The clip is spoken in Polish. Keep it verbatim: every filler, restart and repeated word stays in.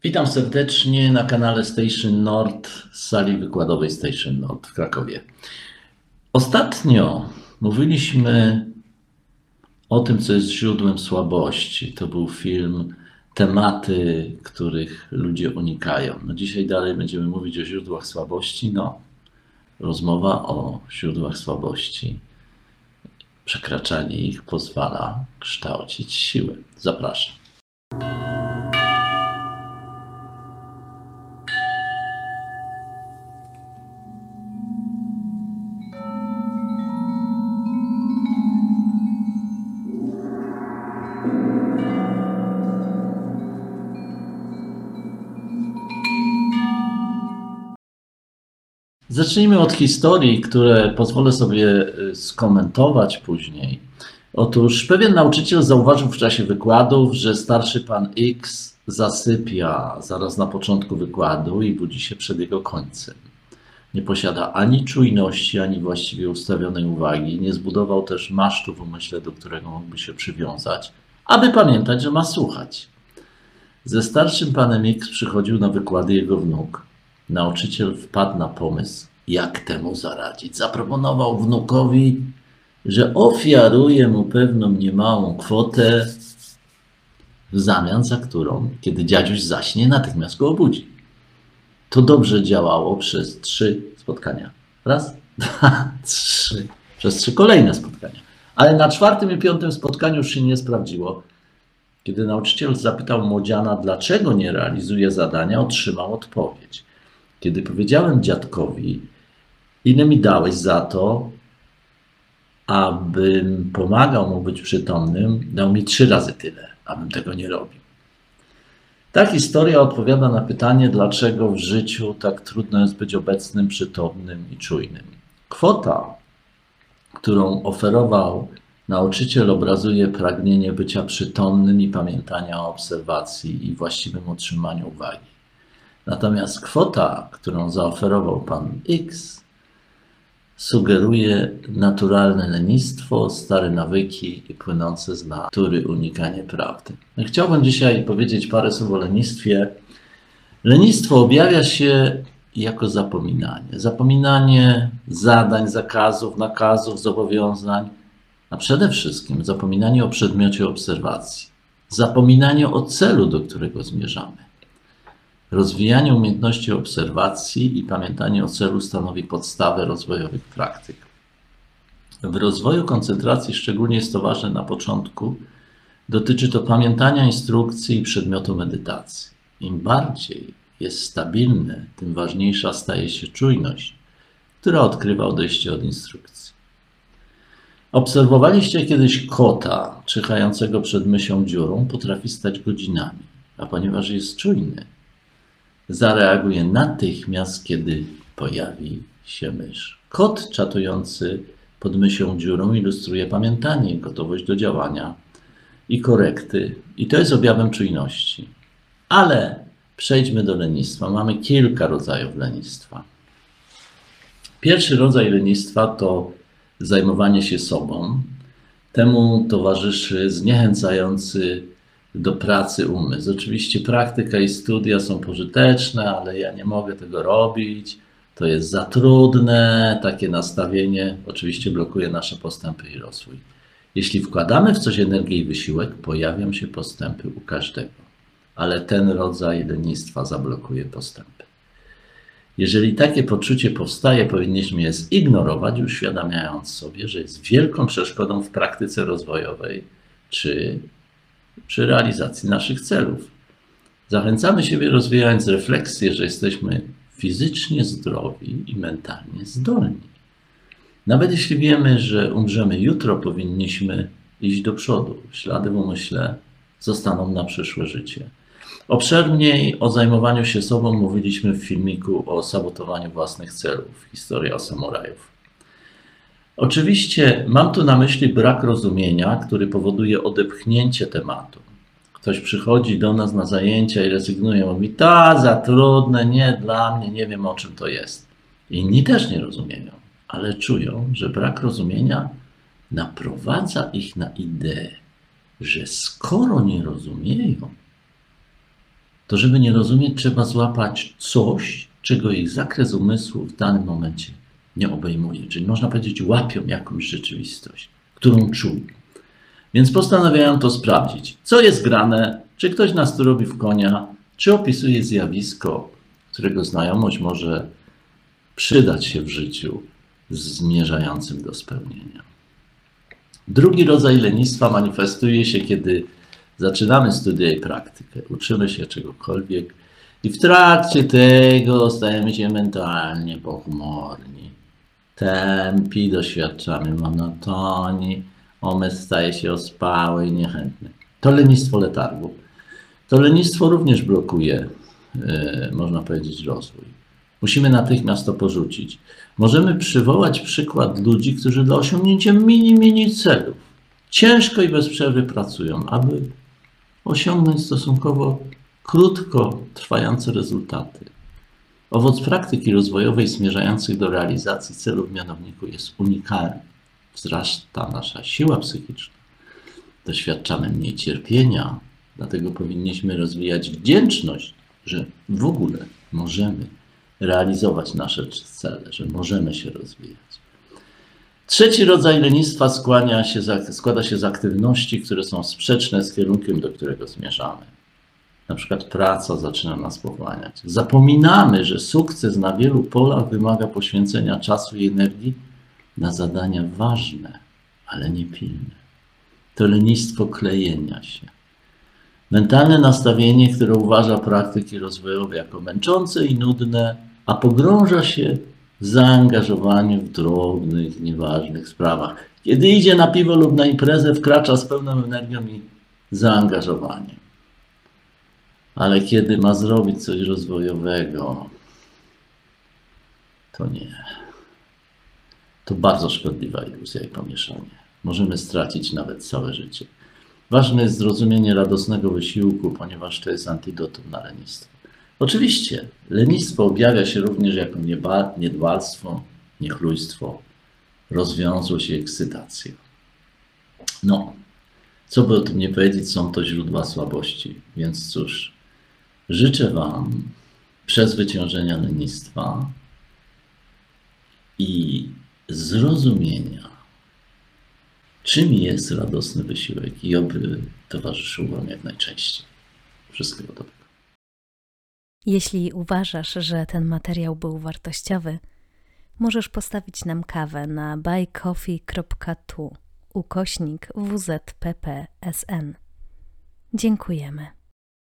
Witam serdecznie na kanale Station Nord z sali wykładowej Station Nord w Krakowie. Ostatnio mówiliśmy o tym, co jest źródłem słabości. To był film Tematy, których ludzie unikają. No dzisiaj dalej będziemy mówić o źródłach słabości. No, rozmowa o źródłach słabości. Przekraczanie ich pozwala kształcić siłę. Zapraszam. Zacznijmy od historii, które pozwolę sobie skomentować później. Otóż pewien nauczyciel zauważył w czasie wykładów, że starszy pan X zasypia zaraz na początku wykładu i budzi się przed jego końcem. Nie posiada ani czujności, ani właściwie ustawionej uwagi. Nie zbudował też masztu w umyśle, do którego mógłby się przywiązać, aby pamiętać, że ma słuchać. Ze starszym panem X przychodził na wykłady jego wnuk. Nauczyciel wpadł na pomysł, jak temu zaradzić. Zaproponował wnukowi, że ofiaruje mu pewną niemałą kwotę, w zamian za którą, kiedy dziaduś zaśnie, natychmiast go obudzi. To dobrze działało przez trzy spotkania. Raz, dwa, trzy. Przez trzy kolejne spotkania. Ale na czwartym i piątym spotkaniu już się nie sprawdziło. Kiedy nauczyciel zapytał młodziana, dlaczego nie realizuje zadania, otrzymał odpowiedź. Kiedy powiedziałem dziadkowi, ile mi dałeś za to, abym pomagał mu być przytomnym, dał mi trzy razy tyle, abym tego nie robił. Ta historia odpowiada na pytanie, dlaczego w życiu tak trudno jest być obecnym, przytomnym i czujnym. Kwota, którą oferował nauczyciel, obrazuje pragnienie bycia przytomnym i pamiętania o obserwacji i właściwym utrzymaniu uwagi. Natomiast kwota, którą zaoferował pan X, sugeruje naturalne lenistwo, stare nawyki i płynące z natury unikanie prawdy. Chciałbym dzisiaj powiedzieć parę słów o lenistwie. Lenistwo objawia się jako zapominanie. Zapominanie zadań, zakazów, nakazów, zobowiązań, a przede wszystkim zapominanie o przedmiocie obserwacji. Zapominanie o celu, do którego zmierzamy. Rozwijanie umiejętności obserwacji i pamiętanie o celu stanowi podstawę rozwojowych praktyk. W rozwoju koncentracji szczególnie jest to ważne na początku. Dotyczy to pamiętania instrukcji i przedmiotu medytacji. Im bardziej jest stabilne, tym ważniejsza staje się czujność, która odkrywa odejście od instrukcji. Obserwowaliście kiedyś kota czyhającego przed mysią dziurą, potrafi stać godzinami, a ponieważ jest czujny, zareaguje natychmiast, kiedy pojawi się mysz. Kot czatujący pod mysią dziurą ilustruje pamiętanie, gotowość do działania i korekty. I to jest objawem czujności. Ale przejdźmy do lenistwa. Mamy kilka rodzajów lenistwa. Pierwszy rodzaj lenistwa to zajmowanie się sobą. Temu towarzyszy zniechęcający do pracy umysł. Oczywiście praktyka i studia są pożyteczne, ale ja nie mogę tego robić, to jest za trudne, takie nastawienie oczywiście blokuje nasze postępy i rozwój. Jeśli wkładamy w coś energię i wysiłek, pojawią się postępy u każdego, ale ten rodzaj lenistwa zablokuje postępy. Jeżeli takie poczucie powstaje, powinniśmy je zignorować, uświadamiając sobie, że jest wielką przeszkodą w praktyce rozwojowej czy przy realizacji naszych celów. Zachęcamy siebie, rozwijając refleksję, że jesteśmy fizycznie zdrowi i mentalnie zdolni. Nawet jeśli wiemy, że umrzemy jutro, powinniśmy iść do przodu. Ślady w umyśle zostaną na przyszłe życie. Obszerniej o zajmowaniu się sobą mówiliśmy w filmiku o sabotowaniu własnych celów. Historia o samurajów. Oczywiście mam tu na myśli brak rozumienia, który powoduje odepchnięcie tematu. Ktoś przychodzi do nas na zajęcia i rezygnuje, mówi, ta, za trudne, nie dla mnie, nie wiem o czym to jest. Inni też nie rozumieją, ale czują, że brak rozumienia naprowadza ich na ideę, że skoro nie rozumieją, to żeby nie rozumieć, trzeba złapać coś, czego ich zakres umysłu w danym momencie nie obejmuje. Czyli można powiedzieć, łapią jakąś rzeczywistość, którą czuł. Więc postanawiają to sprawdzić. Co jest grane, czy ktoś nas tu robi w konia, czy opisuje zjawisko, którego znajomość może przydać się w życiu zmierzającym do spełnienia. Drugi rodzaj lenistwa manifestuje się, kiedy zaczynamy studia i praktykę, uczymy się czegokolwiek i w trakcie tego stajemy się mentalnie pochmurni, tępi, doświadczamy monotonii, umysł staje się ospały i niechętny. To lenistwo letargu. To lenistwo również blokuje, yy, można powiedzieć, rozwój. Musimy natychmiast to porzucić. Możemy przywołać przykład ludzi, którzy dla osiągnięcia mini, mini celów ciężko i bez przerwy pracują, aby osiągnąć stosunkowo krótko trwające rezultaty. Owoc praktyki rozwojowej zmierzających do realizacji celów w mianowniku jest unikalny. Wzrasta nasza siła psychiczna, doświadczamy mniej cierpienia, dlatego powinniśmy rozwijać wdzięczność, że w ogóle możemy realizować nasze cele, że możemy się rozwijać. Trzeci rodzaj lenistwa skłania się, składa się z aktywności, które są sprzeczne z kierunkiem, do którego zmierzamy. Na przykład praca zaczyna nas pochłaniać. Zapominamy, że sukces na wielu polach wymaga poświęcenia czasu i energii na zadania ważne, ale nie pilne. To lenistwo klejenia się. Mentalne nastawienie, które uważa praktyki rozwojowe jako męczące i nudne, a pogrąża się w zaangażowaniu w drobnych, nieważnych sprawach. Kiedy idzie na piwo lub na imprezę, wkracza z pełną energią i zaangażowaniem. Ale kiedy ma zrobić coś rozwojowego, to nie. To bardzo szkodliwa iluzja i pomieszanie. Możemy stracić nawet całe życie. Ważne jest zrozumienie radosnego wysiłku, ponieważ to jest antidotum na lenistwo. Oczywiście lenistwo objawia się również jako niedbalstwo, niechlujstwo, rozwiązłość i ekscytacja. No, co by o tym nie powiedzieć, są to źródła słabości. Więc cóż, życzę Wam przezwyciężenia lenistwa i zrozumienia, czym jest radosny wysiłek i oby towarzyszył Wam jak najczęściej. Wszystkiego dobrego. Jeśli uważasz, że ten materiał był wartościowy, możesz postawić nam kawę na buycoffee kropka tu ukośnik W Z P P S N. Dziękujemy.